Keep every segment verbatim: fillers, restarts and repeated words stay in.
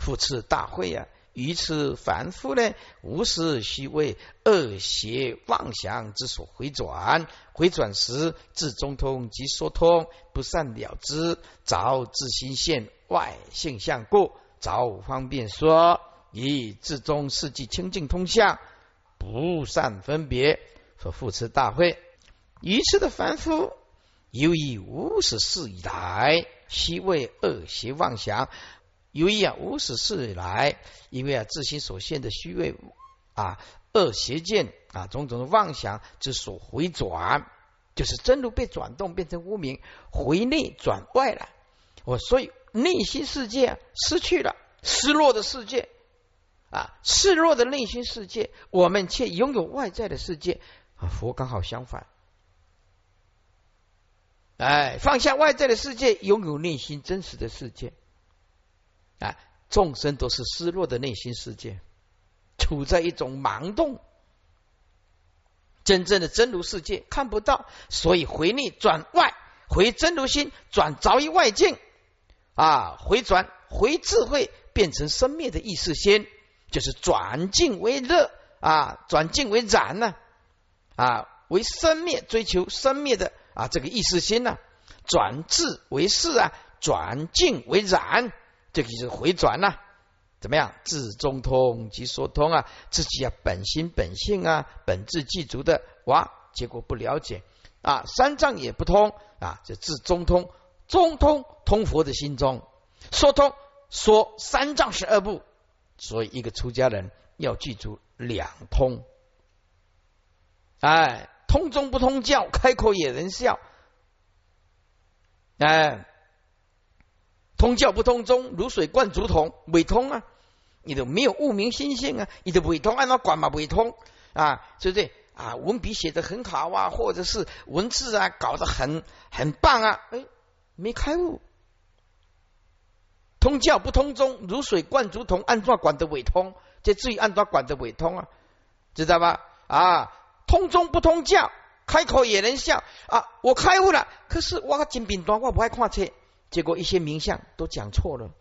复次大会啊，于此凡夫呢，无时须为恶邪妄想之所回转，回转时自中通即说通，不善了之，早自心现外性相故，早方便说，以自中世纪清净通相，不善分别。说复次大会，于此的凡夫，由于无始世以来，须为恶邪妄想。由于啊无始世以来，因为啊自心所现的虚伪啊恶邪见啊种种的妄想之所回转，就是真如被转动变成无明，回内转外了。我所以内心世界、啊、失去了，失落的世界啊，失落的内心世界，我们却拥有外在的世界啊。佛刚好相反，哎，放下外在的世界，拥有内心真实的世界。啊，众生都是失落的内心世界，处在一种盲动，真正的真如世界看不到，所以回内转外，回真如心转着于外境啊，回转回智慧变成生灭的意识心，就是转境为热啊，转境为染呢 啊, 啊，为生灭追求生灭的啊这个意识心呢、啊，转智为事啊，转境为染。这个就是回转呐、啊，怎么样？自中通即说通啊，自己啊本心本性啊，本质具足的哇，结果不了解啊，三藏也不通啊，这自中通，中通通佛的心中，说通说三藏十二部，所以一个出家人要记住两通，哎，通中不通教，开口也能笑，哎。通教不通中，如水灌竹筒，未通啊！你都没有悟明心性啊，你都未通，按照管嘛未通啊，对不对啊？文笔写得很好啊，或者是文字啊搞得很很棒啊，哎，没开悟。通教不通中，如水灌竹筒，按照管的未通，这至于按照管的未通啊，知道吧？啊，通中不通教，开口也能笑啊！我开悟了，可是我金饼端，我不爱看册。结果一些名相都讲错了，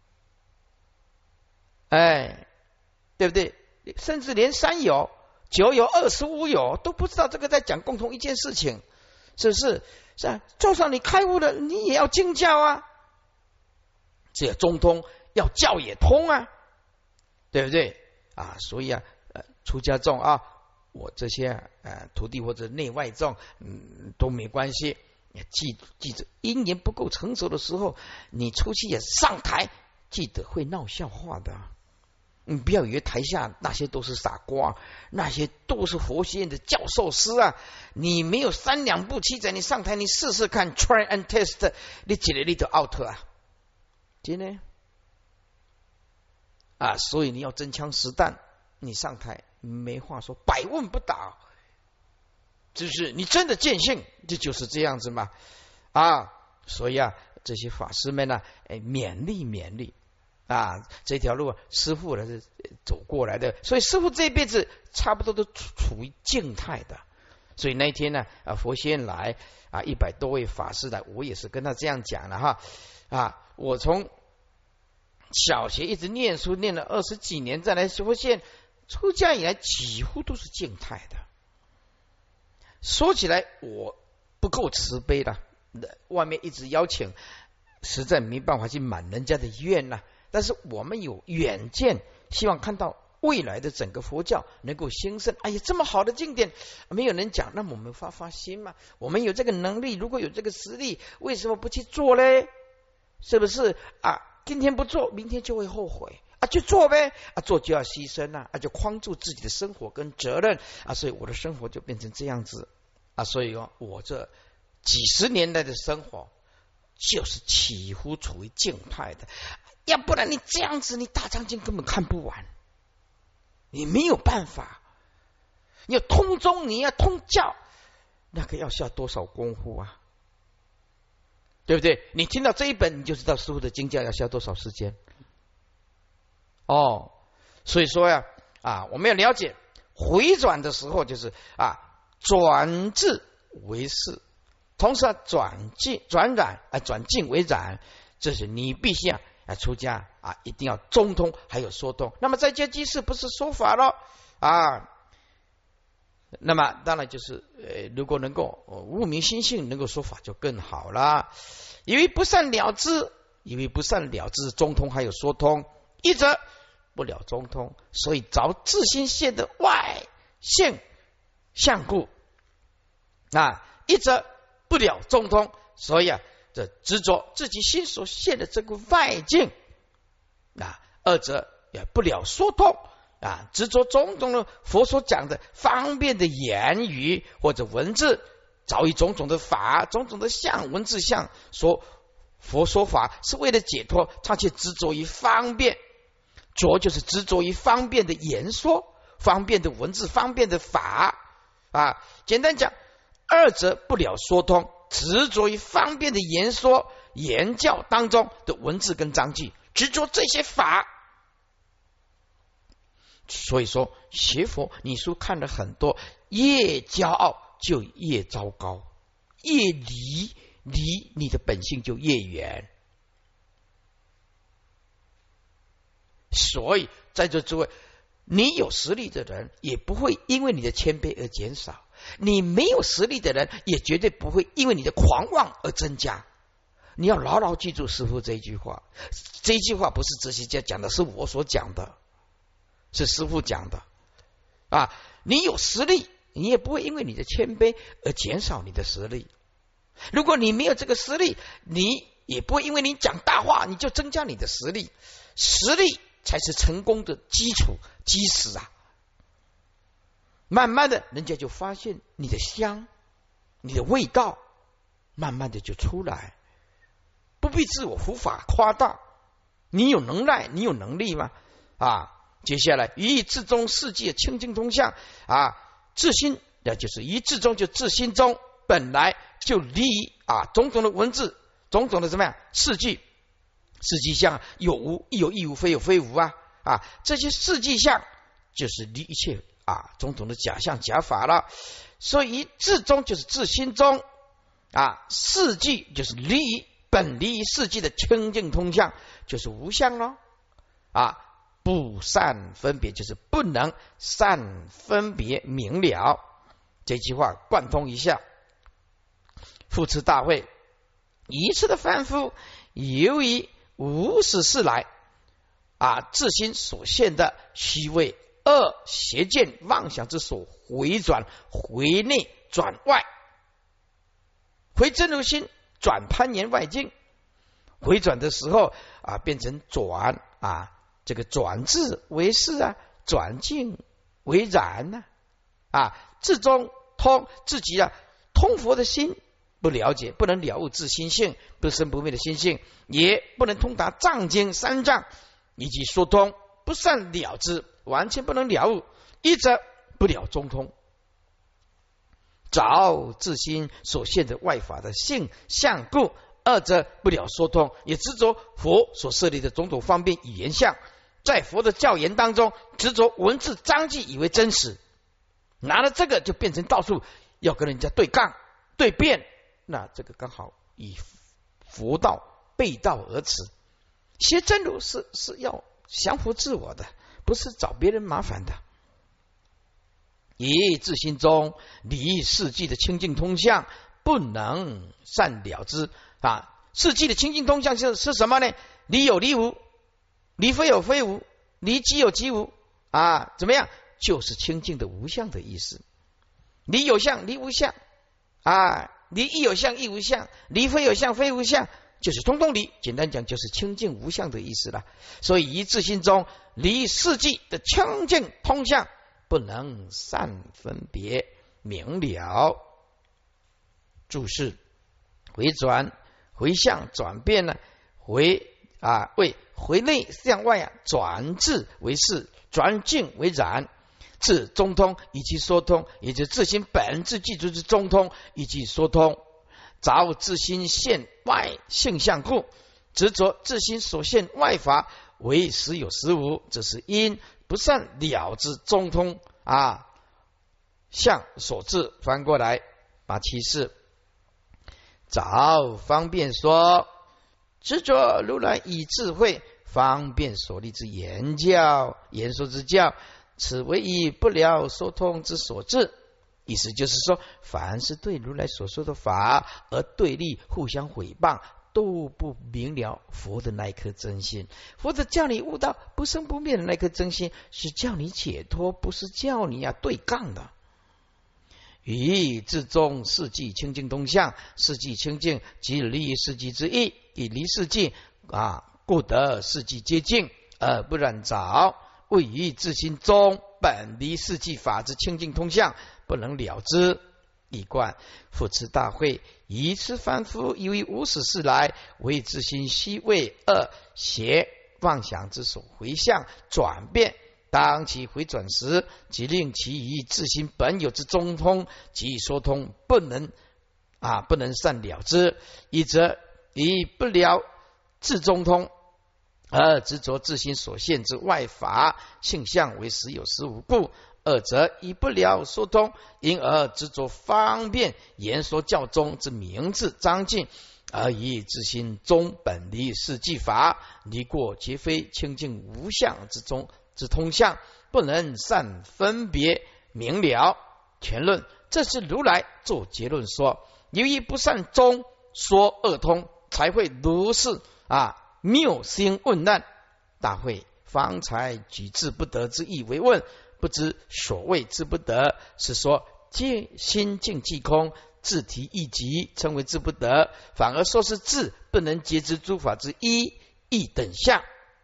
哎，对不对？甚至连三有、九有、二十五有都不知道这个在讲共同一件事情，是不是？是啊，就算你开悟了，你也要经教啊，这中通要教也通啊，对不对啊？所以啊，呃，出家众啊，我这些呃徒弟或者内外众，嗯，都没关系。记记着，因缘不够成熟的时候，你出去也上台，记得会闹笑话的。你不要以为台下那些都是傻瓜，那些都是佛学院的教授师啊！你没有三两步七仔，你上台你试试看 ，try and test， 你几个你都 out 啊！真的啊，所以你要真枪实弹，你上台没话说，百问不倒。就是你真的见性，这就是这样子嘛啊！所以啊，这些法师们呢、啊，哎，勉励勉励啊，这条路、啊、师父呢是走过来的，所以师父这一辈子差不多都处处于静态的。所以那一天呢，啊，佛学院来啊，一百多位法师来，我也是跟他这样讲了哈啊，我从小学一直念书，念了二十几年，再来佛学院出家以来，几乎都是静态的。说起来我不够慈悲的，外面一直邀请，实在没办法去满人家的愿呐、啊。但是我们有远见，希望看到未来的整个佛教能够兴盛。哎呀，这么好的经典没有人讲，那么我们发发心嘛。我们有这个能力，如果有这个实力，为什么不去做嘞？是不是啊？今天不做，明天就会后悔。啊，就做呗！啊，做就要牺牲啊，啊，就框住自己的生活跟责任啊，所以我的生活就变成这样子啊，所以哦，我这几十年来的生活就是几乎处于静态的，要不然你这样子，你大藏经根本看不完，你没有办法。你要通宗，你要通教，那个要下多少功夫啊？对不对？你听到这一本，你就知道师父的经教要下多少时间。哦，所以说呀，啊，我们要了解回转的时候，就是啊，转智为事，同时啊，转境转染啊，转境为染，这是你必须啊啊，出家啊，一定要中通，还有说通。那么在家居士不是说法了啊？那么当然就是，呃，如果能够、呃、悟明心性，能够说法就更好了。因为不善了知，因为不善了知中通还有说通，一则不了中通，所以着自心现的外现相故啊；一则不了中通，所以啊，这执着自己心所现的这个外境啊；二则也不了说通。啊，执着种种的佛所讲的方便的言语或者文字，早已种种的法、种种的相、文字相说佛说法是为了解脱，他却执着于方便，着就是执着于方便的言说、方便的文字、方便的法啊。简单讲，二者不了说通，执着于方便的言说、言教当中的文字跟章句，执着这些法。所以说学佛你书看了很多，越骄傲就越糟糕，越离离你的本性就越远。所以在座诸位，你有实力的人也不会因为你的谦卑而减少，你没有实力的人也绝对不会因为你的狂妄而增加。你要牢牢记住师父这一句话，这一句话不是哲学家讲的，是我所讲的，是师父讲的啊！你有实力，你也不会因为你的谦卑而减少你的实力。如果你没有这个实力，你也不会因为你讲大话，你就增加你的实力。实力才是成功的基础基石啊！慢慢的，人家就发现你的香，你的味道，慢慢的就出来。不必自我胡法夸大，你有能耐，你有能力吗？啊！接下来，于自中世界清净通相啊，自心，那就是于自中就自心中本来就离啊种种的文字，种种的怎么样事迹，事迹相有无，亦有亦无，非有非无啊啊，这些事迹相就是离一切啊种种的假象假法了。所以于自中就是自心中啊，事迹就是离本离事迹的清净通相，就是无相咯啊。不善分别就是不能善分别明了，这句话贯通一下。复次大会一次的反复，由于无始事来啊自心所现的虚伪恶邪见妄想之所回转，回内转外，回真如心转攀岩外境，回转的时候啊变成转啊。这个转智为是啊，转境为然呐 啊, 啊，自中通自己啊，通佛的心不了解，不能了悟自心性，不生不灭的心性，也不能通达藏经三藏以及说通，不善了知，完全不能了悟，一则不了中通，着自心所现的外法的性相故；二则不了说通，也执着佛所设立的种种方便语言相。在佛的教言当中，执着文字章句以为真实，拿了这个就变成到处要跟人家对杠对辩，那这个刚好以佛道背道而驰。学真如是是要降服自我的，不是找别人麻烦的。以自心中离世际的清净通相，不能善了之啊！世际的清净通相是是什么呢？离有离无，离非有非无，离即有即无啊，怎么样？就是清净的无相的意思。离有相，离无相啊，离亦有相，亦无相，离非有相，非无相，就是通通离。简单讲，就是清净无相的意思了。所以，一自心中离世际的清净通相，不能善分别明了。注释：回转、回向、转变呢？回啊，为回内向外啊，转智为是，转境为然，自中通以及说通，也就是自心本质记住之中通以及说通，着自心现外性相故，执着自心所现外法为实有实无，这是因不善了之中通啊相所致。翻过来把其事着方便说， 执着如来以智慧方便所立之言教，言说之教，此为以不了说通之所致。意思就是说，凡是对如来所说的法而对立互相毁谤，都不明了佛的那一颗真心。佛的叫你悟到不生不灭的那颗真心，是叫你解脱，不是叫你啊对杠的。以至中世纪清净通向，世纪清净即离世纪之意，以离世纪啊，故得世纪接近而不染着，位于自心中本离世纪法之清净通向，不能了之。一贯复持大会，以此凡夫以为无始事来为自心虚伪恶邪妄想之所回向转变，当其回转时，即令其以自心本有之中通即说通，不能啊不能善了之。一则以不了自中通而执着自心所现之外法性相为实有实无故；二则以不了说通，因而执着方便言说教中之名字章境，而以自心中本离世纪法，离过皆非清净无相之中之通向，不能善分别明了。全论，这是如来做结论说，由于不善中说二通，才会如是啊谬心问难。大会方才举智不得之意为问，不知所谓智不得，是说皆心境即空，自体一极，称为智不得，反而说是智不能截知诸法之一一等相。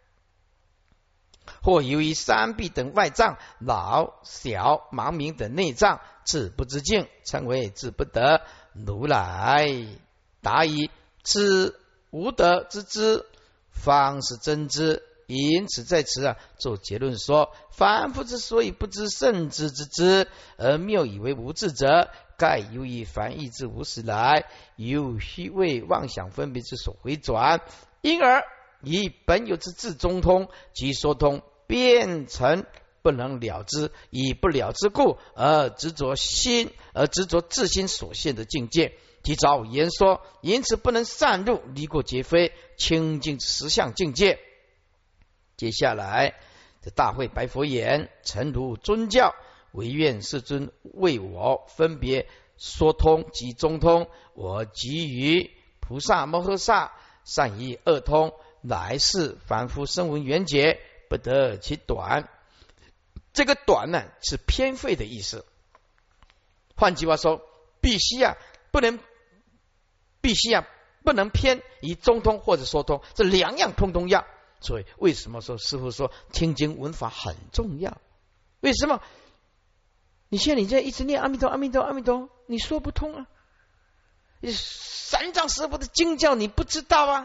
或由于三臂等外障，老小盲明等内障，智不知境，称为智不得。如来答以知无德之知，方是真知。因此在此啊做结论说，凡夫之所以不知圣智之知，而谬以为无智者，盖由于凡意之无始来，由虚伪妄想分别之所回转，因而以本有之智中通即说通，变成不能了之，以不了之故而执着心，而执着自心所现的境界，即照言说，因此不能善入离过皆非清净实相境界。接下来这大会白佛言：诚如尊教，唯愿世尊为我分别说通及中通，我给予菩萨摩诃萨善以二通，来世凡夫声闻缘觉，不得其短。这个短呢是偏废的意思，换句话说，必须啊不能必须啊不能偏以中通或者说通，这两样通通要。所以为什么说师父说听经闻法很重要？为什么？你现在你在一直念阿弥陀阿弥陀阿弥陀，你说不通啊！三藏师父的经教你不知道啊，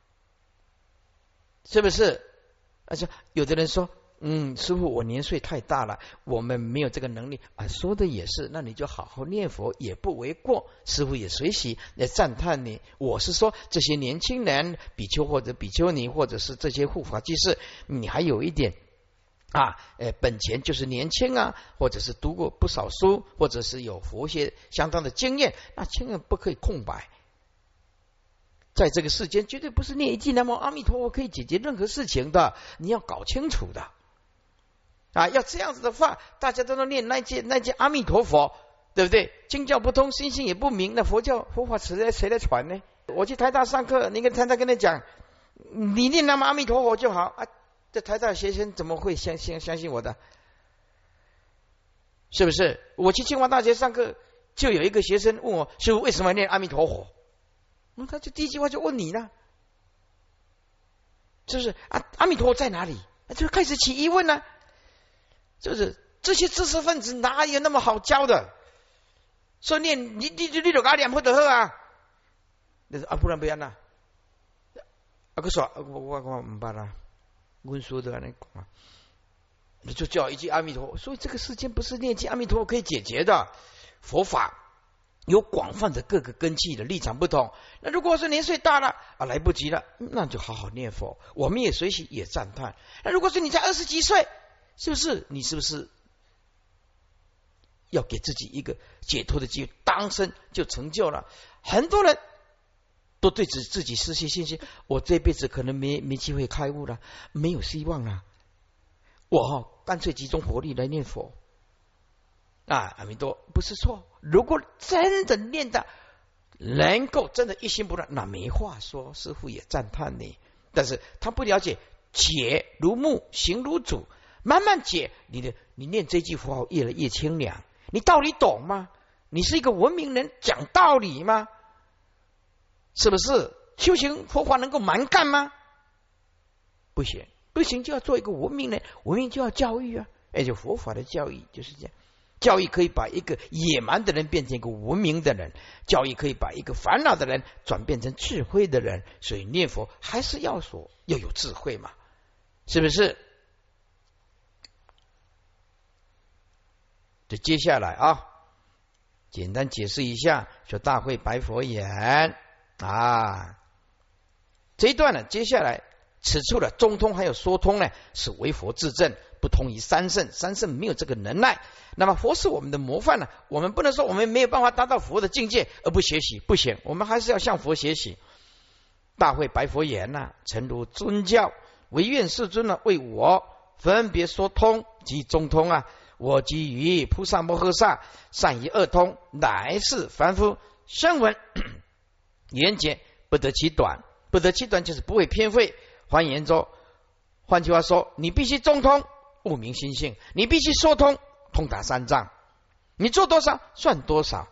是不是？而且有的人说，嗯，师父我年岁太大了，我们没有这个能力啊。说的也是，那你就好好念佛也不为过。师父也随喜来赞叹你。我是说这些年轻人，比丘或者比丘尼，或者是这些护法居士，你还有一点啊，呃，本钱就是年轻啊，或者是读过不少书，或者是有佛学相当的经验，那千万不可以空白。在这个世间，绝对不是念一句南无阿弥陀佛可以解决任何事情的，你要搞清楚的。啊，要这样子的话，大家都能念那句那句阿弥陀佛，对不对？经教不通，心性也不明，那佛教佛法谁来谁来传呢？我去台大上课，你跟台大跟他讲，你念南无阿弥陀佛就好啊。这台大学生怎么会相信相信我的？是不是？我去清华大学上课，就有一个学生问我，师父为什么念阿弥陀佛？那、嗯、他就第一句话就问你了，就是啊，阿弥陀佛在哪里？就开始起疑问了、啊。就是这些知识分子哪有那么好教的？说念你你你就搞念不得好啊？那啊不然不然呐？啊个说我我我唔办啦，我说的那讲啊，你就叫一句阿弥陀佛。所以这个世间不是念句阿弥陀佛可以解决的。佛法有广泛的各个根器的立场不同。那如果是年岁大了啊来不及了，那就好好念佛。我们也随喜也赞叹。那如果是你才二十几岁，是不是你是不是要给自己一个解脱的机会？当生就成就了。很多人都对自自己失去信心，我这辈子可能没没机会开悟了，没有希望了，我、哦、干脆集中火力来念佛啊！阿弥陀不是错，如果真的念的能够真的一心不乱，那没话说，师父也赞叹你。但是他不了解，解如木，行如主，慢慢解，你的你念这句佛号越来越清凉。你道理懂吗？你是一个文明人，讲道理吗？是不是修行佛法能够蛮干吗？不行，不行就要做一个文明人，文明就要教育啊！哎，就佛法的教育就是这样，教育可以把一个野蛮的人变成一个文明的人，教育可以把一个烦恼的人转变成智慧的人。所以念佛还是要说要有智慧嘛，是不是？就接下来啊，简单解释一下，说大会白佛言。啊，这一段呢，接下来此处的中通还有说通呢，是为佛自证，不同于三圣，三圣没有这个能耐。那么佛是我们的模范呢，我们不能说我们没有办法达到佛的境界而不学习，不行，我们还是要向佛学习。大会白佛言呐、啊，诚如尊教，唯愿世尊呢为我分别说通及中通啊，我即于菩萨摩诃萨善于二通，乃是凡夫声闻缘觉不得其短，不得其短就是不会偏废。换言之，换句话说，你必须中通，悟明心性，你必须说通，通达三藏，你做多少算多少。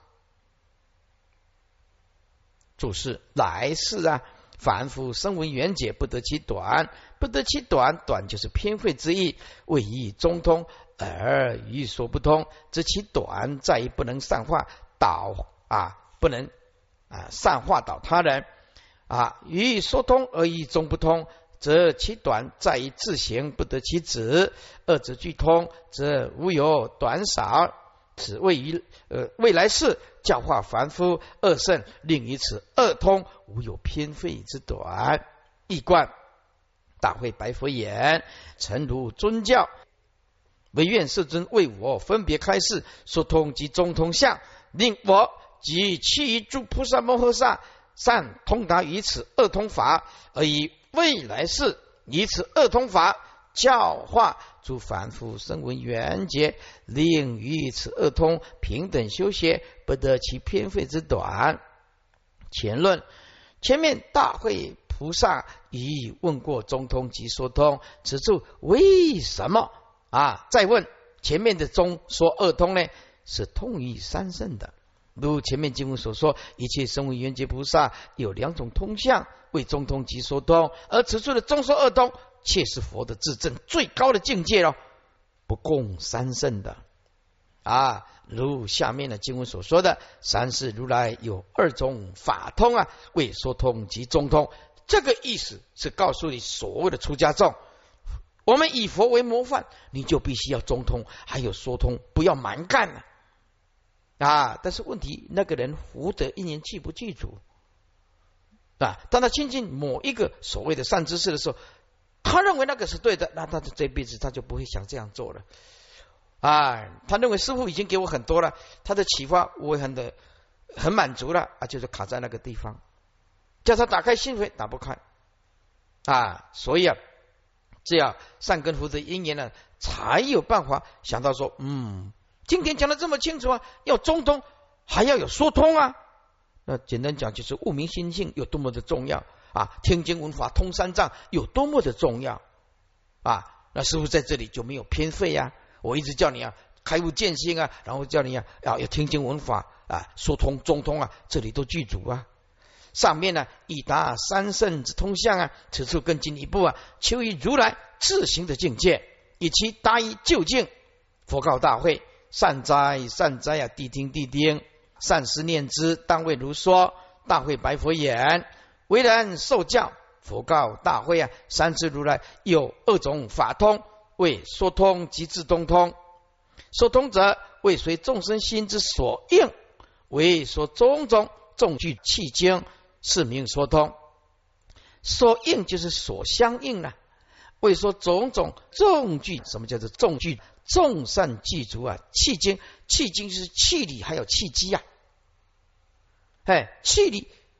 注释来世啊，凡夫声闻缘觉不得其短，不得其短，短就是偏废之意，谓以中通而欲说不通，则其短在于不能善化导啊，不能啊善化导他人啊，欲说通而意中不通，则其短在于自行不得其止，二者俱通，则无有短少。此谓于呃未来世教化凡夫二圣，令于此二通无有偏废之短。一贯大会白佛言：诚如尊教，唯愿世尊为我分别开示，说通及中通相，令我及其余诸菩萨摩诃萨善通达于此二通法，而以未来世以此二通法教化诸凡夫声闻缘觉，令于此二通平等修学，不得其偏废之短。前论前面大会菩萨已问过中通及说通，此处为什么啊？再问前面的中说二通呢，是通于三圣的。如前面经文所说，一切声闻缘觉菩萨有两种通相，为中通及说通，而此处的中说二通，却是佛的自证最高的境界了，不共三圣的啊。如下面的经文所说的，三世如来有二种法通啊，为说通及中通。这个意思是告诉你，所谓的出家众，我们以佛为模范，你就必须要中通，还有说通，不要蛮干了啊。但是问题，那个人福德因缘具不具足啊？当他亲近某一个所谓的善知识的时候，他认为那个是对的，那他这辈子他就不会想这样做了啊。他认为师父已经给我很多了，他的启发我很的很满足了啊，就是卡在那个地方，叫他打开心扉打不开啊。所以啊，这样善根福德因缘呢，才有办法想到说，嗯，今天讲的这么清楚啊，要中通还要有说通啊。那简单讲就是悟明心性有多么的重要啊，听经闻法通三藏有多么的重要啊。那师父在这里就没有偏废呀、啊，我一直叫你啊开悟见性啊，然后叫你啊要要听经闻法啊，说通中通啊，这里都具足啊。上面呢已达三圣之通相啊，此处更进一步啊，求于如来自行的境界，以其达于究竟。佛告大会：善哉善哉啊，谛听谛听，善思念之，当为如说。大会白佛言：为人受教。佛告大会啊，三世如来有二种法通，为说通及自中通。说通者，为随众生心之所应，为说种种众具契经，是名说通。所应就是所相应了、啊，为说种种众具，什么叫做众具？众善具足啊，契经，契经就是气理还有契机啊。哎，气理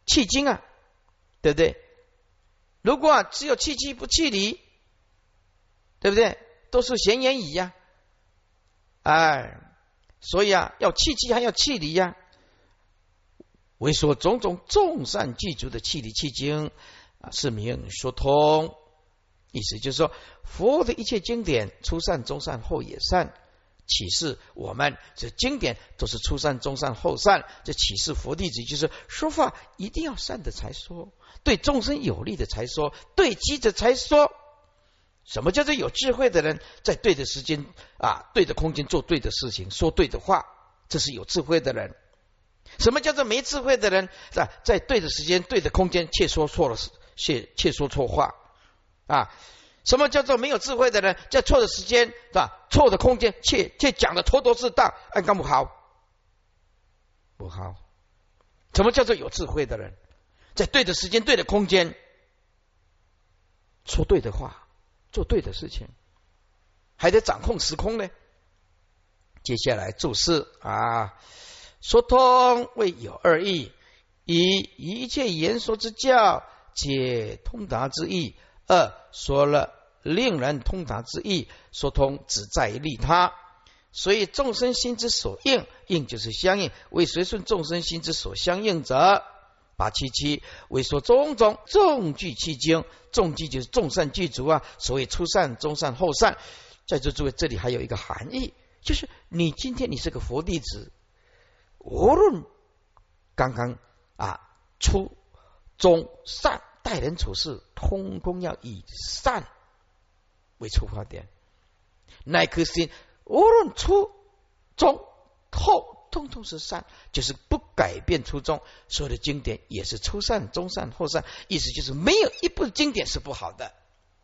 弃经啊，对不对？如果啊只有弃机不弃离，对不对？都是闲言语呀、啊，哎，所以啊，要弃机还要弃离呀、啊。为说种种众善具足的弃离弃经啊，是名说通。意思就是说，佛的一切经典，初善、中善、后也善，启示我们这经典都是初善、中善、后善。这启示佛弟子就是说话一定要善的才说，对众生有利的才说，对机的才说。什么叫做有智慧的人，在对的时间啊、对的空间做对的事情，说对的话，这是有智慧的人。什么叫做没智慧的人？在在对的时间、对的空间，却说错了，却却说错话啊！什么叫做没有智慧的人？在错的时间、是吧？错的空间，却却讲的头头是道，按干不好，不好。什么叫做有智慧的人？在对的时间、对的空间，说对的话，做对的事情，还得掌控时空呢。接下来注释啊。说通谓有二义：一一切言说之教，皆通达之意；二说了令人通达之意。说通只在于利他，所以众生心之所应，应就是相应，为随顺众生心之所相应者。八七七为说种种众具其经，众具就是众善具足啊，所谓初善、中善、后善。在座诸位，这里还有一个含义，就是你今天你是个佛弟子。无论刚刚啊初中善待人处事，通通要以善为出发点。那颗心无论初中后，通通是善，就是不改变初衷。所有的经典也是初善、中善、后善，意思就是没有一部经典是不好的。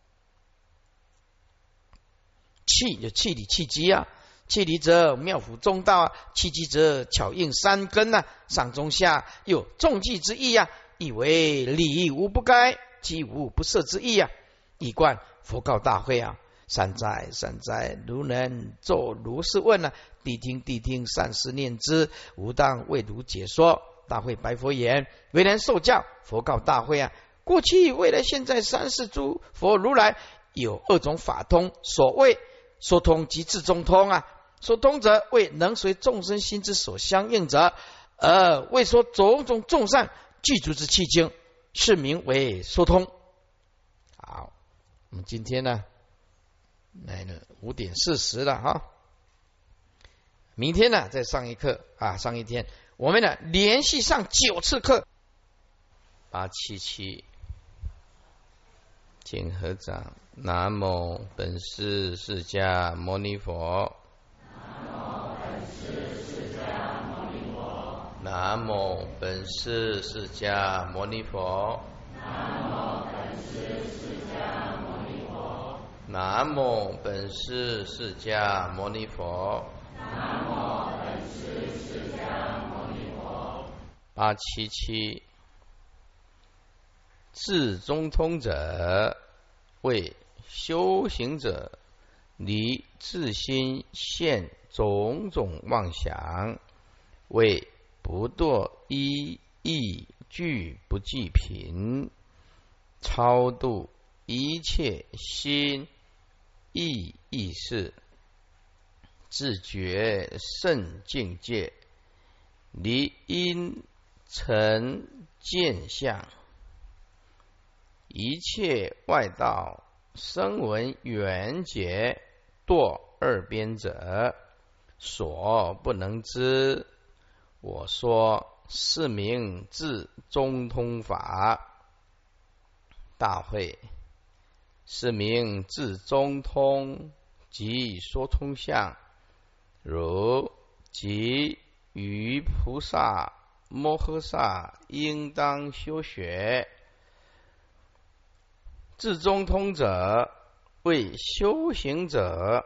气就气理气机啊。气离者妙辅中道啊，气机者巧应三根啊，上中下有众计之意啊，意为理无不该，机无不赦之意啊。一贯佛告大会啊，善哉善哉，如能作如是问啊，谛听谛听，善思念之，吾当为汝解说。大会白佛言：为人受教。佛告大会啊，过去未来现在三世诸佛如来有二种法通，所谓说通即智中通啊。说通者为能随众生心之所相应者，而为说种种众善具足之契经，是名为说通。好，我们今天呢来了五点四十了哈，明天呢再上一课啊，上一天我们呢连续上九次课。八七七，请合掌。南无本师释迦牟尼佛。南无本师释迦牟尼佛。南无本师释迦牟尼佛。南无本师释迦牟尼佛。南无本师释迦牟尼佛。八七七，智中通者，为修行者离自心现种种妄想，为不堕一意具不计贫，超度一切心意意识，自觉圣境界，离因成见相，一切外道声闻缘觉堕二边者，所不能知。我说是名智中通法。大会是名智中通，即说通相，如即于菩萨摩诃萨应当修学。智中通者为修行者，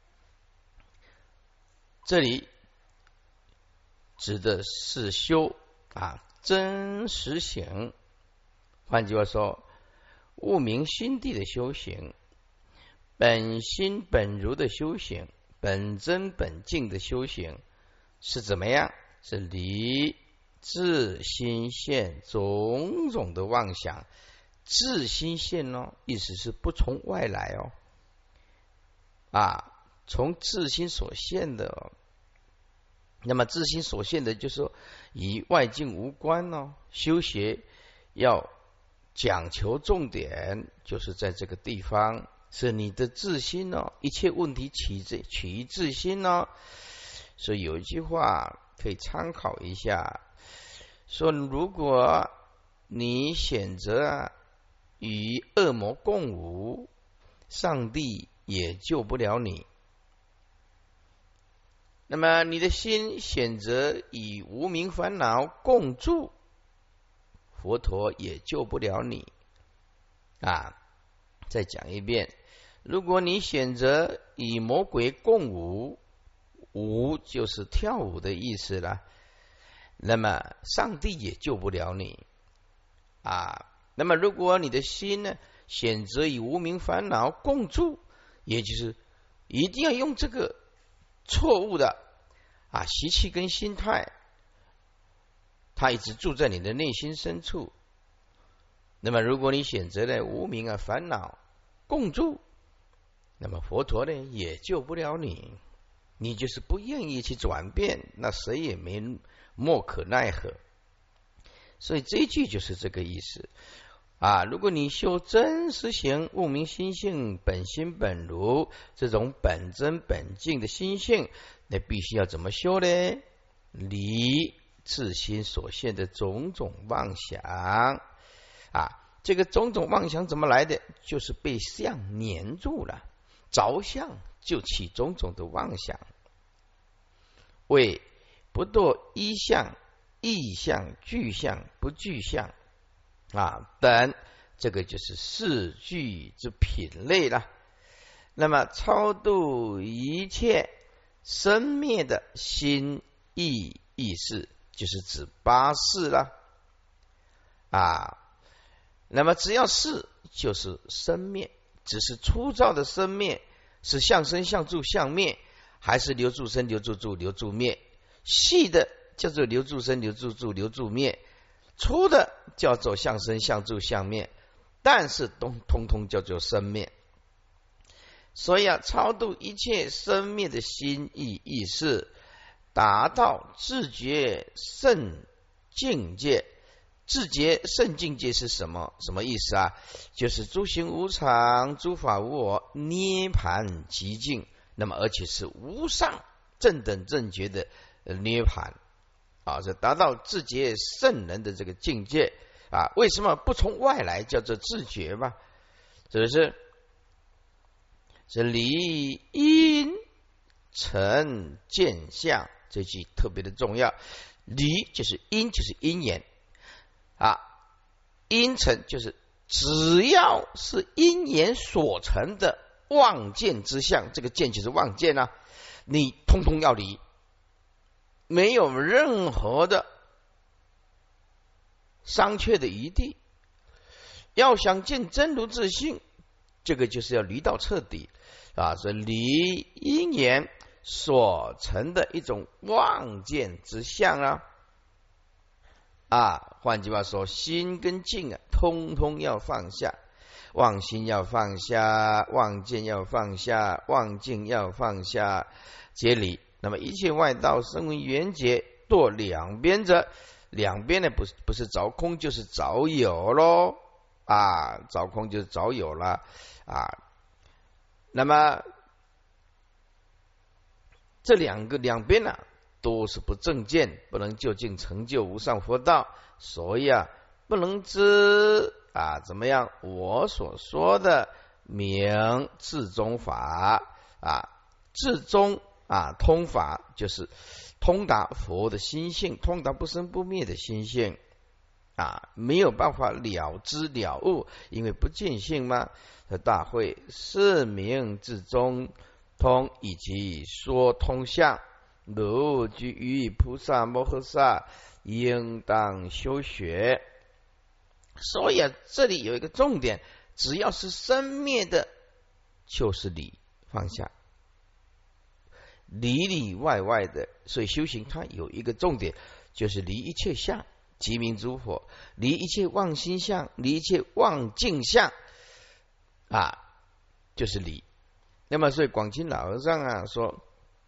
这里指的是修啊，真实行。换句话说，悟明心地的修行，本心本如的修行，本真本净的修行是怎么样？是离自心现种种的妄想。自心现呢，意思是不从外来哦，啊，从自心所现的、哦。那么自心所现的，就是说与外境无关哦。修学要讲求重点，就是在这个地方，是你的自心哦，一切问题起自起于自心哦。所以有一句话可以参考一下，说如果你选择与恶魔共舞，上帝也救不了你。那么你的心选择与无明烦恼共住，佛陀也救不了你啊！再讲一遍，如果你选择与魔鬼共舞，舞就是跳舞的意思了，那么上帝也救不了你啊！那么如果你的心呢，选择与无明烦恼共住，也就是一定要用这个错误的啊习气跟心态，它一直住在你的内心深处。那么如果你选择了无明啊烦恼共住，那么佛陀呢也救不了你，你就是不愿意去转变，那谁也没莫可奈何。所以这一句就是这个意思啊！如果你修真实行悟明心性本心本如这种本真本净的心性，那必须要怎么修呢？离自心所现的种种妄想啊！这个种种妄想怎么来的？就是被相黏住了，着相就起种种的妄想，为不堕一相、异相、具相、不具相啊等，这个就是四句之品类了。那么超度一切生灭的心意意识，就是指八识了啊。那么只要是就是生灭，只是粗糙的生灭，是相生相住相灭，还是留住生留住住留住灭？细的叫做留住生留住住留住灭，粗的叫做相生相住相灭，但是都通通叫做生灭。所以啊，超度一切生灭的心意意识，达到自觉圣境界。自觉圣境界是什么？什么意思啊？就是诸行无常，诸法无我，涅盘极境。那么而且是无上正等正觉的涅盘啊，是达到自觉圣人的这个境界啊。为什么不从外来叫做自觉嘛？这是是离因成见相，这句特别的重要。离就是因，就是因缘啊，因成就是只要是因缘所成的妄见之相，这个见就是妄见啊，你通通要离，没有任何的商榷的余地。要想见真如自性，这个就是要离到彻底啊，所以离因缘所成的一种妄见之相啊。啊，换句话说，心跟境啊，通通要放下，妄心要放下，妄见要放下，妄境要放下，皆离。那么一切外道生为缘结，堕两边者，两边呢不是不是着空，就是着有咯啊，着空就是着有了啊。那么这两个两边呢、啊？都是不正见，不能就近成就无上佛道，所以啊，不能知啊怎么样？我所说的明至宗法啊，至宗啊通法就是通达佛的心性，通达不生不灭的心性啊，没有办法了知了悟，因为不见性嘛。大会是明至宗通以及说通相。如居于菩萨摩诃萨应当修学。所以啊，这里有一个重点，只要是生灭的，就是离放下，里里外外的。所以修行它有一个重点， 就是离一切相，即名诸佛；离一切妄心相，离一切妄境相啊，就是离。那么所以广钦老和尚啊说，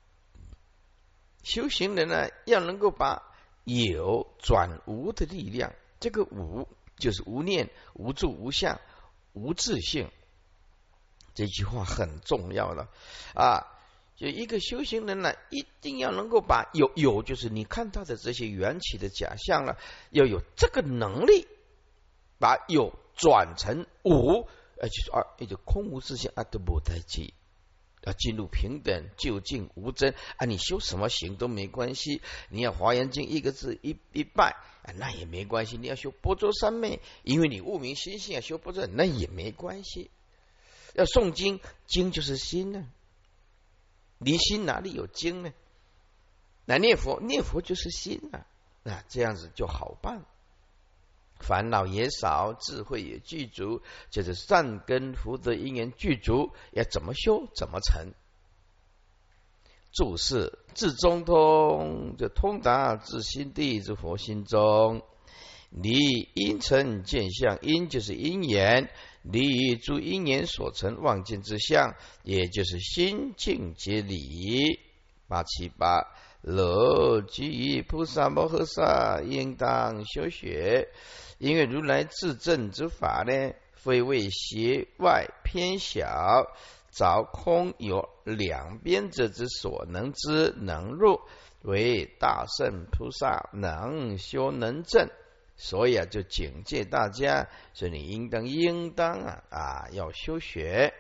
修行人呢要能够把有转无的力量，这个无就是无念、无住、无相、无自性，这句话很重要了啊！就一个修行人呢，一定要能够把有有就是你看到的这些缘起的假象了，要有这个能力，把有转成无，呃，就是啊，也就空无自性啊，都不待记。要进入平等究竟无真啊！你修什么行都没关系，你要华严经一个字一一拜啊，那也没关系。你要修般若三昧，因为你悟明心性啊，修般若那也没关系。要诵经，经就是心呢、啊，离心哪里有经呢？那念佛，念佛就是心啊，那这样子就好办。烦恼也少，智慧也具足，就是善根福德因缘具足，要怎么修怎么成。注释：至中通，就通达至心地之佛心中。离因成见相，因就是因缘，离诸因缘所成妄见之相，也就是心境皆离。八七八，若居于菩萨摩诃萨，应当修学。因为如来自证之法呢，非为邪外偏小，找空有两边者之所能知能入，为大圣菩萨能修能证。所以啊，就警戒大家，所以你应当应当啊啊要修学。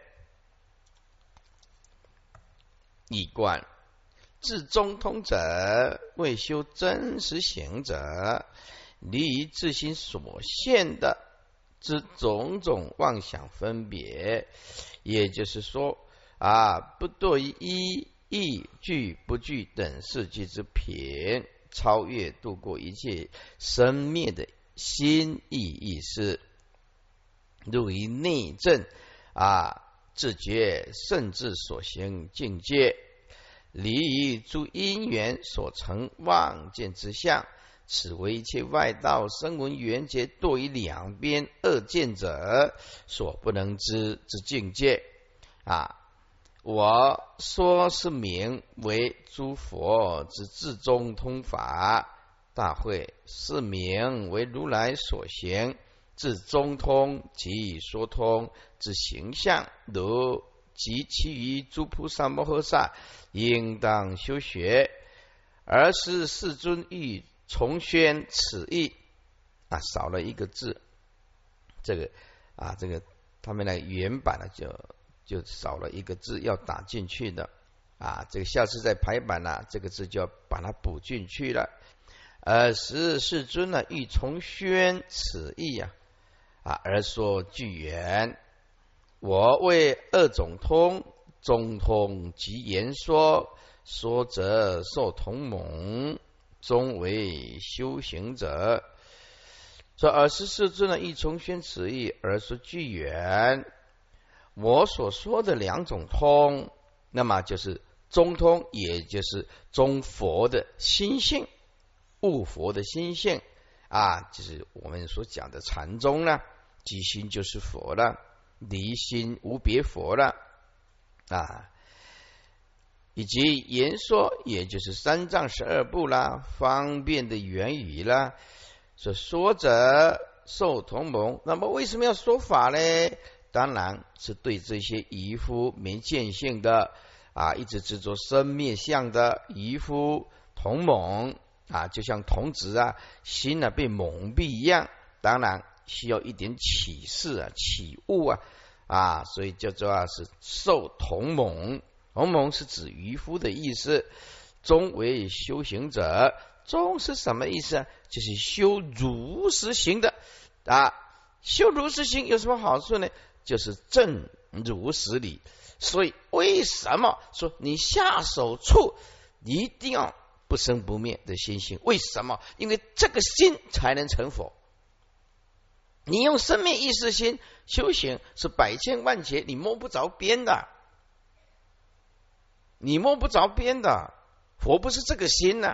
一观至中通者，为修真实行者，离于自心所现的之种种妄想分别，也就是说啊，不堕于一意具不具等世界之品，超越度过一切生灭的心意意识，入于内证啊，自觉甚至所行境界，离于诸因缘所成妄见之相，此为一切外道声闻缘觉堕于两边恶见者所不能知之境界啊！我说是名为诸佛之至中通法大会，是名为如来所行至中通及说通之形象，如及其余诸菩萨摩诃萨应当修学。而是世尊欲重宣此意啊，少了一个字，这个啊，这个他们的原版呢就就少了一个字要打进去的啊，这个下次再排版呢、啊，这个字就要把它补进去了。而是世尊呢欲重宣此意啊啊，而说具言，我为二种通，中通即言说，说则受同蒙，终为修行者。说尔时世尊呢欲重宣此意，而说具言，我所说的两种通，那么就是中通，也就是中佛的心性，悟佛的心性啊，就是我们所讲的禅宗了，即心就是佛了，离心无别佛了啊。以及言说，也就是三藏十二部啦，方便的言语啦，所说者受同蒙。那么为什么要说法呢？当然是对这些愚夫没见性的啊，一直执着生灭相的愚夫同蒙啊，就像童子啊，心啊被蒙蔽一样，当然需要一点启示啊、启悟啊啊，所以叫做啊是受同蒙。同蒙是指渔夫的意思，终为修行者。终是什么意思啊？就是修如实行的啊。修如实行有什么好处呢？就是正如实理。所以为什么说你下手处一定要不生不灭的心性？为什么？因为这个心才能成佛。你用生灭意识心修行是百千万劫，你摸不着边的。你摸不着边的，佛不是这个心呢、啊，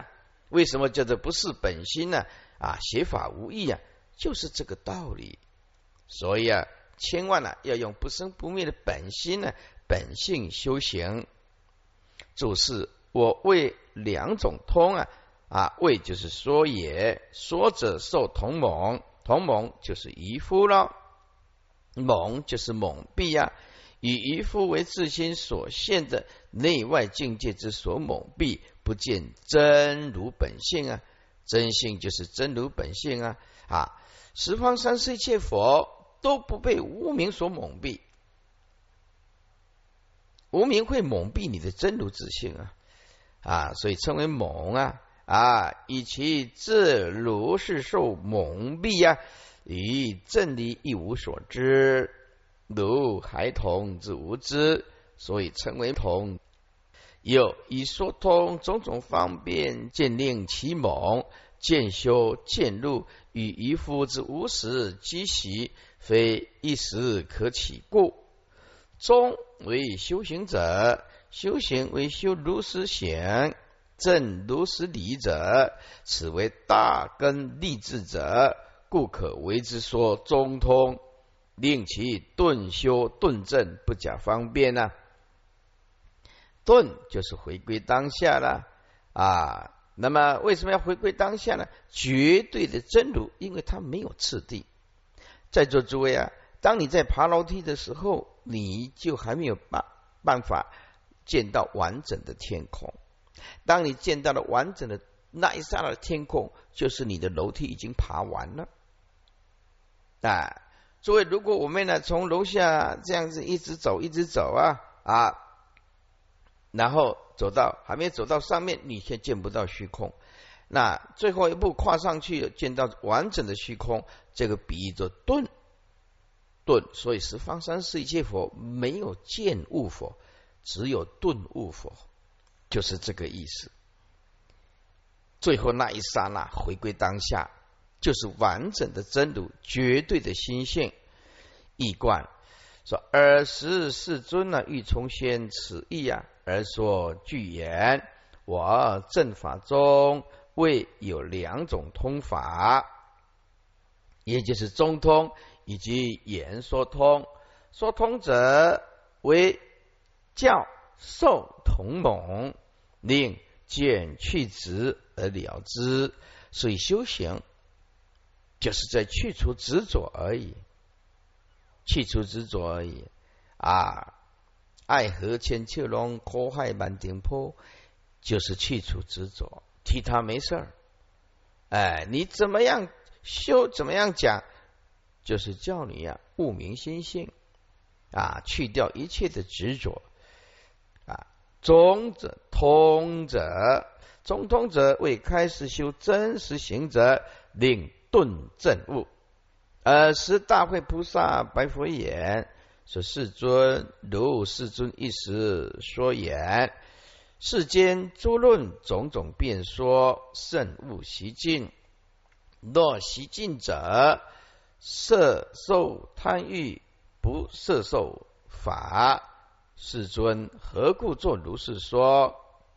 为什么叫做不是本心呢？啊，学法无益啊，就是这个道理。所以啊，千万啊要用不生不灭的本心呢，本性修行。注释：我谓两种通啊，啊谓就是说也，说者受同蒙，同蒙就是渔夫了，蒙就是蒙蔽啊，以渔夫为自心所现的内外境界之所蒙蔽，不见真如本性啊，真性就是真如本性啊啊！十方三世一切佛都不被无明所蒙蔽，无明会蒙蔽你的真如自性啊啊，所以称为蒙啊啊，以其自如是受蒙蔽啊，与真理一无所知，如孩童之无知，所以称为童。有以说通种种方便，见令其蒙，见修见入，与渔夫之无始积习，非一时可起故。中为修行者，修行为修如实行，正如实理者，此为大根立志者，故可为之说中通，令其顿修顿正，不假方便啊。顿就是回归当下了啊。那么为什么要回归当下呢？绝对的真如，因为它没有次第。在座诸位啊，当你在爬楼梯的时候，你就还没有办办法见到完整的天空。当你见到了完整的那一刹那的天空，就是你的楼梯已经爬完了啊。诸位，如果我们呢从楼下这样子一直走一直走啊啊，然后走到还没走到上面，你却见不到虚空，那最后一步跨上去见到完整的虚空，这个比喻作顿顿。所以十方三世一切佛没有见悟佛，只有顿悟佛，就是这个意思。最后那一刹那回归当下，就是完整的真如，绝对的心性。义观说：尔时世尊呢、啊，欲重宣此义啊，而说具言：我正法中谓有两种通法，也就是中通以及言说通。说通者为教授同蒙，令见去执而了之。所以修行就是在去除执着而已，去除执着而已啊！爱河千秋龙，苦海满顶坡，就是去除执着，其他没事儿。哎，你怎么样修，怎么样讲，就是叫你啊悟明心性啊，去掉一切的执着啊。中者通者，中通者为开始修真实行者，令顿正悟。尔时大慧菩萨白佛言：说世尊，如世尊一时说言，世间诸论种种辩说，甚勿习尽。若习尽者，摄受贪欲，不摄受法。世尊何故作如是说？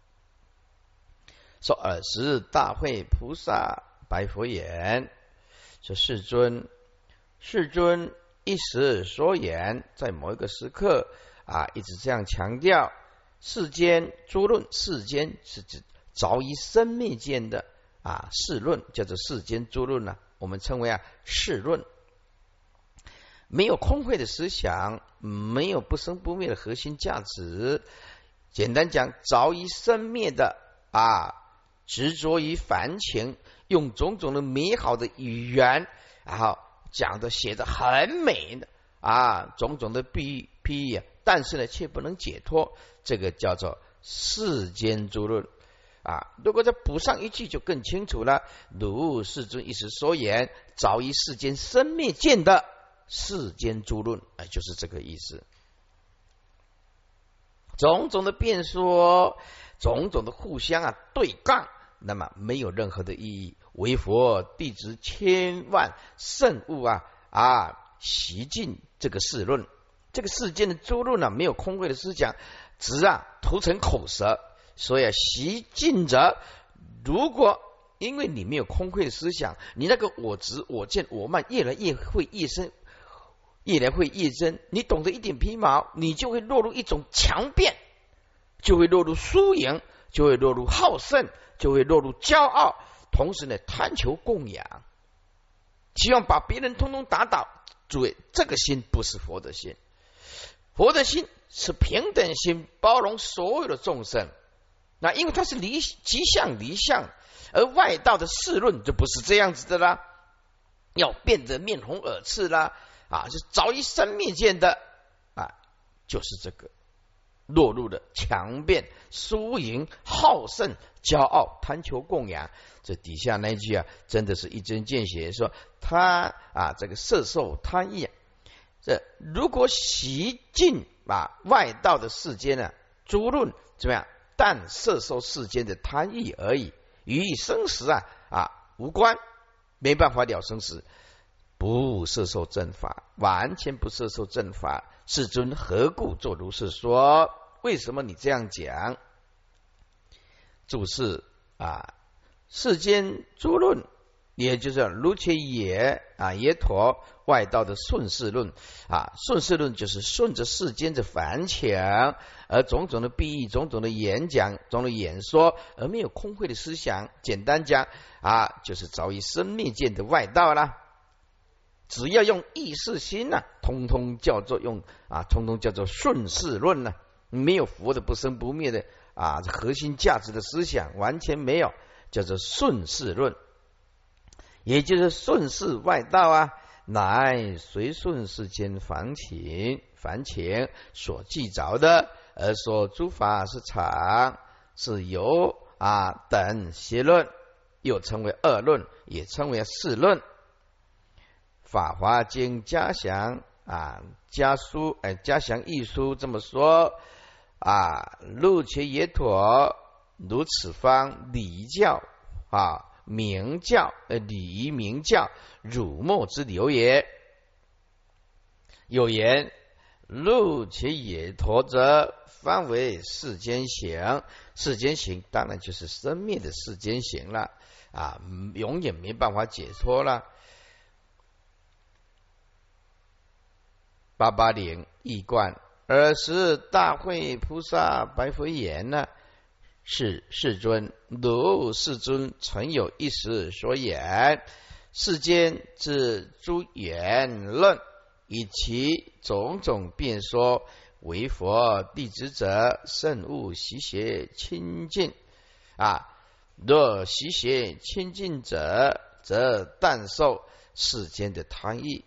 说尔时大慧菩萨白佛言：说世尊，世尊一时说言，在某一个时刻啊，一直这样强调世间诸论，世间是指早已生灭间的啊世论，叫做世间诸论呢、啊，我们称为啊世论。没有空慧的思想，没有不生不灭的核心价值。简单讲，早已生灭的啊执着于凡情，用种种的美好的语言，然后讲的写的很美的啊，种种的比喻啊，但是呢，却不能解脱，这个叫做世间诸论啊。如果再补上一句，就更清楚了。如世尊一时说言，早于世间生灭见的世间诸论，哎，就是这个意思。种种的辩说，种种的互相啊对杠，那么没有任何的意义。为佛弟子千万慎勿啊啊习尽这个世论，这个世间的诸论呢、啊，没有空慧的思想，只啊涂成口舌，所以啊习尽者如果因为你没有空慧的思想，你那个我执我见我慢越来越会越深，越来会越深，你懂得一点皮毛，你就会落入一种强辩，就会落入输赢，就会落入好胜，就会落入骄傲，同时呢贪求供养，希望把别人通通打倒。诸位，这个心不是佛的心，佛的心是平等心，包容所有的众生。那因为它是离即相离相，而外道的世论就不是这样子的啦，要变得面红耳赤啦，啊，就早已生灭见的啊，就是这个落入了强辩、输赢、好胜、骄傲、贪求供养。这底下那一句啊，真的是一针见血，说他啊，这个色受贪意啊，这如果习尽啊外道的世间呢、啊，诸论怎么样？但色受世间的贪意而已，与生死啊啊无关，没办法了生死，不摄受正法，完全不摄受正法。世尊何故作如是说？为什么你这样讲？注释啊，世间诸论，也就是如其也啊耶陀外道的顺世论啊，顺世论就是顺着世间的凡情，而种种的比喻、种种的演讲、种种的演说，而没有空慧的思想。简单讲啊，就是早已生灭见的外道啦。只要用意识心呐、啊，通通叫做用啊，通通叫做顺世论呐、啊，没有佛的不生不灭的啊核心价值的思想，完全没有，叫做顺世论，也就是顺世外道啊。乃随顺世间凡情凡情所记着的，而说诸法是常，是有啊等邪论，又称为二论，也称为四论。法华经嘉详啊家书哎嘉详译书这么说啊，入切耶陀如此方礼仪教啊明教呃礼仪明教辱没之流也。有言入切耶陀者，方为世间行。世间行当然就是生灭的世间行了啊，永远没办法解脱了。八八零易观，尔时大会菩萨白佛言呢，是世尊，如世尊曾有一时所言，世间之诸言论，以其种种辩说，为佛弟子者，慎勿习邪亲近啊。若习邪亲近者，则但受世间的贪意，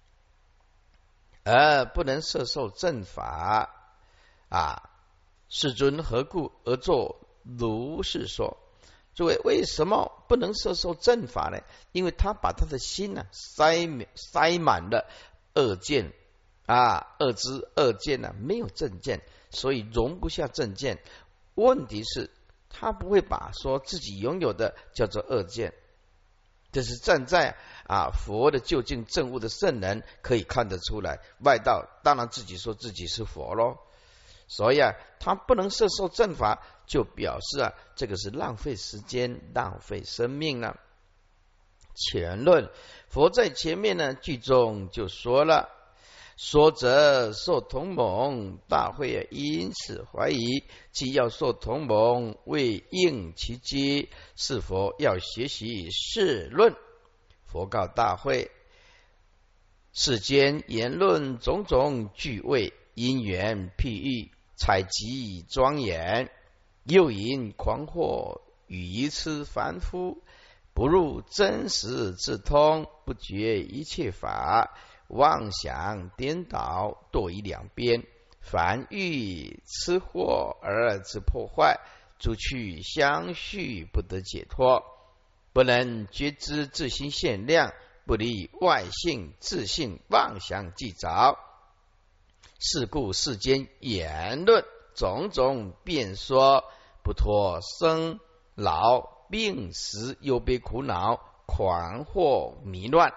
而不能摄受正法啊。世尊何故而作如是说？诸位，为什么不能摄受正法呢？因为他把他的心呢、啊、塞塞满了恶见啊，恶知恶见啊，没有正见，所以容不下正见。问题是，他不会把说自己拥有的叫做恶见，这是站在啊佛的究竟证悟的圣人可以看得出来。外道当然自己说自己是佛咯，所以啊，他不能摄受正法，就表示啊，这个是浪费时间、浪费生命了。前论佛在前面呢句中就说了，说则受同盟，大会因此怀疑，既要受同盟，为应其机，是否要学习世论？佛告大会，世间言论种种具谓因缘譬喻，采集庄严，又引狂惑，愚痴凡夫，不入真实自通，不觉一切法，妄想颠倒，堕于两边，凡欲吃货而自破坏，诸趣相续，不得解脱，不能觉知自心限量，不离外性自性妄想计着。是故世间言论种种辩说，不脱生老病死忧悲苦恼狂惑迷乱。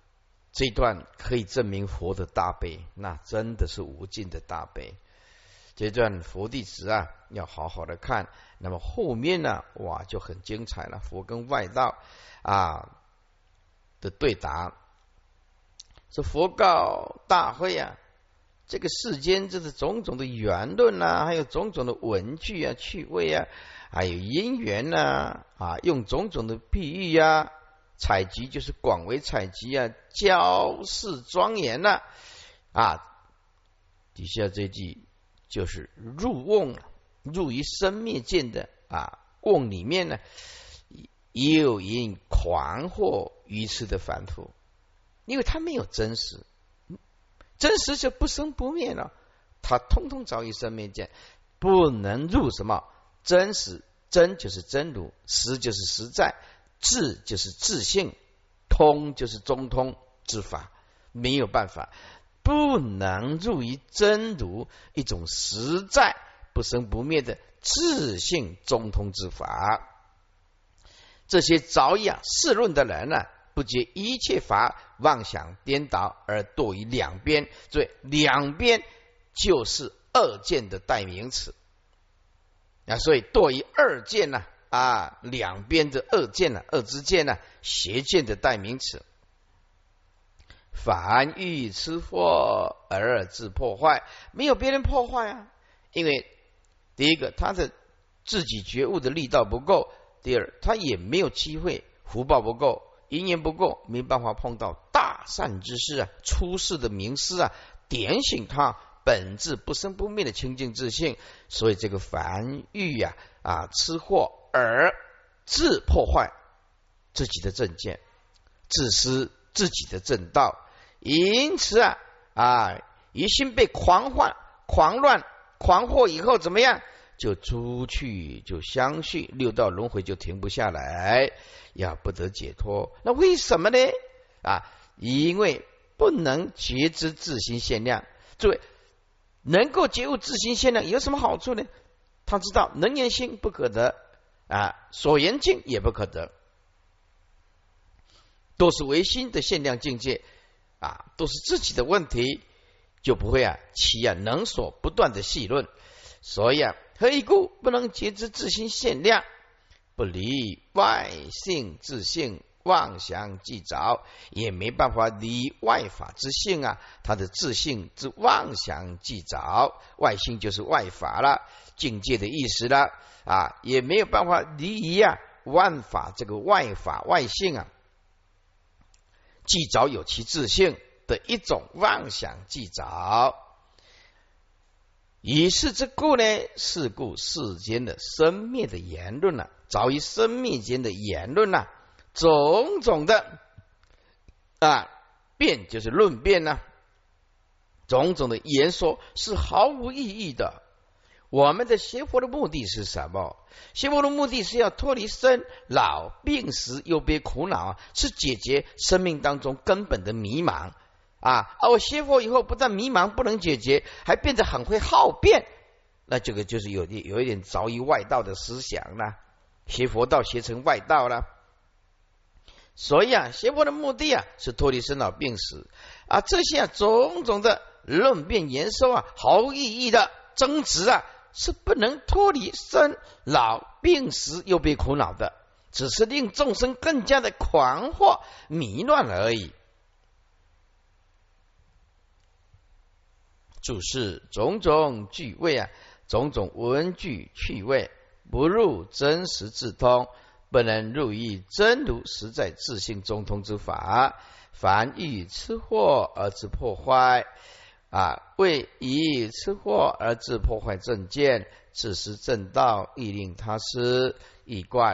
这一段可以证明佛的大悲，那真的是无尽的大悲。 这段佛弟子啊，要好好的看。那么后面呢，哇，就很精彩了，佛跟外道啊的对答。说佛告大会啊，这个世间这是种种的缘论啊，还有种种的文句啊、趣味啊，还有因缘呐啊，用种种的譬喻啊，采集就是广为采集啊，交饰庄严呐 啊, 啊。底下这句就是入瓮，入于生灭见的啊瓮里面呢，又因狂惑愚痴的反复，因为它没有真实，真实就不生不灭了，它通通着于生灭见，不能入什么真实。真就是真如，实就是实在，智就是自性，通就是中通之法，没有办法，不能入于真如一种实在不生不灭的自性中通之法。这些着养世论的人呢、啊，不觉一切法妄想颠倒而堕于两边，所以两边就是二见的代名词啊，所以堕于二见呢 啊, 啊，两边的二见呢、啊，二之见呢、啊，邪见的代名词。凡欲吃货而自破坏，没有别人破坏啊，因为第一个他的自己觉悟的力道不够，第二他也没有机会，福报不够，因缘不够，没办法碰到大善之事啊，出世的名师啊，点醒他本质不生不灭的清净自性。所以这个凡欲呀 啊, 啊吃货而自破坏自己的正见，自失自己的正道，因此啊啊一心被狂幻、狂乱、狂惑以后怎么样？就出去就相续，六道轮回就停不下来，要不得解脱。那为什么呢？啊，因为不能觉知自心限量。诸位，能够觉悟自心限量有什么好处呢？他知道能言心不可得啊，所言境也不可得，都是唯心的限量境界啊，都是自己的问题，就不会啊起啊能所不断的细论。所以啊，何以故不能觉知自心限量？不离外性自性，妄想既着，也没办法离外法之性啊，他的自性之妄想既着，外性就是外法了，境界的意思了啊，也没有办法离啊万法这个外法外性啊，既着有其自性的一种妄想既着。以是之故呢，是故世间的生灭的言论啊，早于生灭间的言论啊，种种的啊辩就是论辩啊，种种的言说是毫无意义的。我们的学佛的目的是什么？学佛的目的是要脱离生老病死忧悲苦恼，是解决生命当中根本的迷茫啊！而我学佛以后，不但迷茫不能解决，还变得很会好辩，那这个就是有有一点着于外道的思想了，学佛道学成外道了。所以啊，学佛的目的啊，是脱离生老病死啊，这些啊种种的论辩言说啊，毫无意义的争执啊，是不能脱离生老病死忧悲苦恼的，只是令众生更加的狂惑迷乱而已。注释种种句味啊，种种文句趣味，不入真实自通，不能入于真如实在自性中通之法。凡欲吃货而自破坏啊，为以吃货而自破坏正见，自失正道，亦令他失一贯。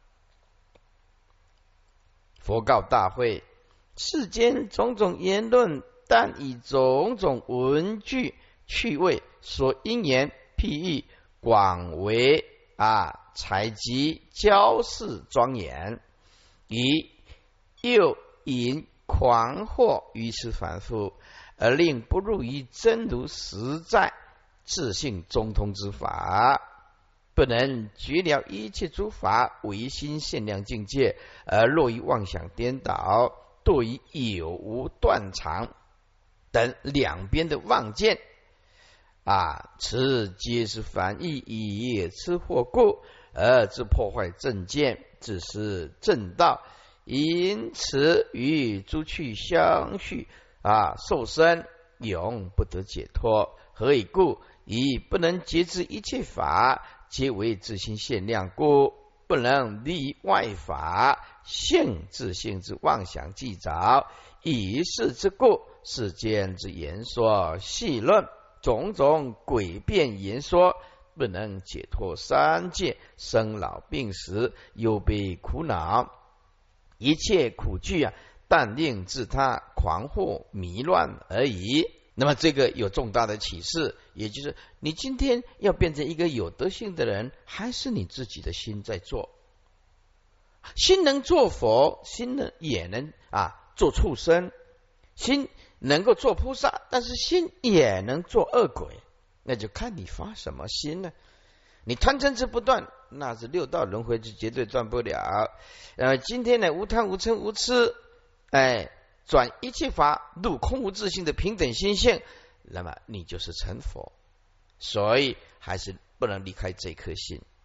佛告大会：世间种种言论，但以种种文句趣味所因言譬喻，广为啊采集交饰庄严，以又引狂惑愚痴反复，而令不入于真如实在自性中通之法，不能觉了一切诸法唯心限量境界，而落于妄想颠倒，堕于有无断常等两边的妄见啊，此皆是反义，以业之祸故，而自破坏正见，自失正道。因此与诸趣相续啊，受身永不得解脱。何以故？以不能节制一切法，皆为自心限量故，不能离外法，性自性之妄想计着，以是之故，世间之言说细论，种种诡辩言说，不能解脱三界，生老病死，忧悲苦恼，一切苦惧啊，但令自他狂惑迷乱而已。那么这个有重大的启示，也就是你今天要变成一个有德性的人，还是你自己的心在做。心能做佛，心能也能啊做畜生，心能够做菩萨，但是心也能做恶鬼，那就看你发什么心呢？你贪嗔痴不断，那是六道轮回就绝对断不了。呃，今天呢，无贪无嗔无痴，哎，转一切法入空无自性的平等心性，那么你就是成佛。所以还是不能离开这颗心。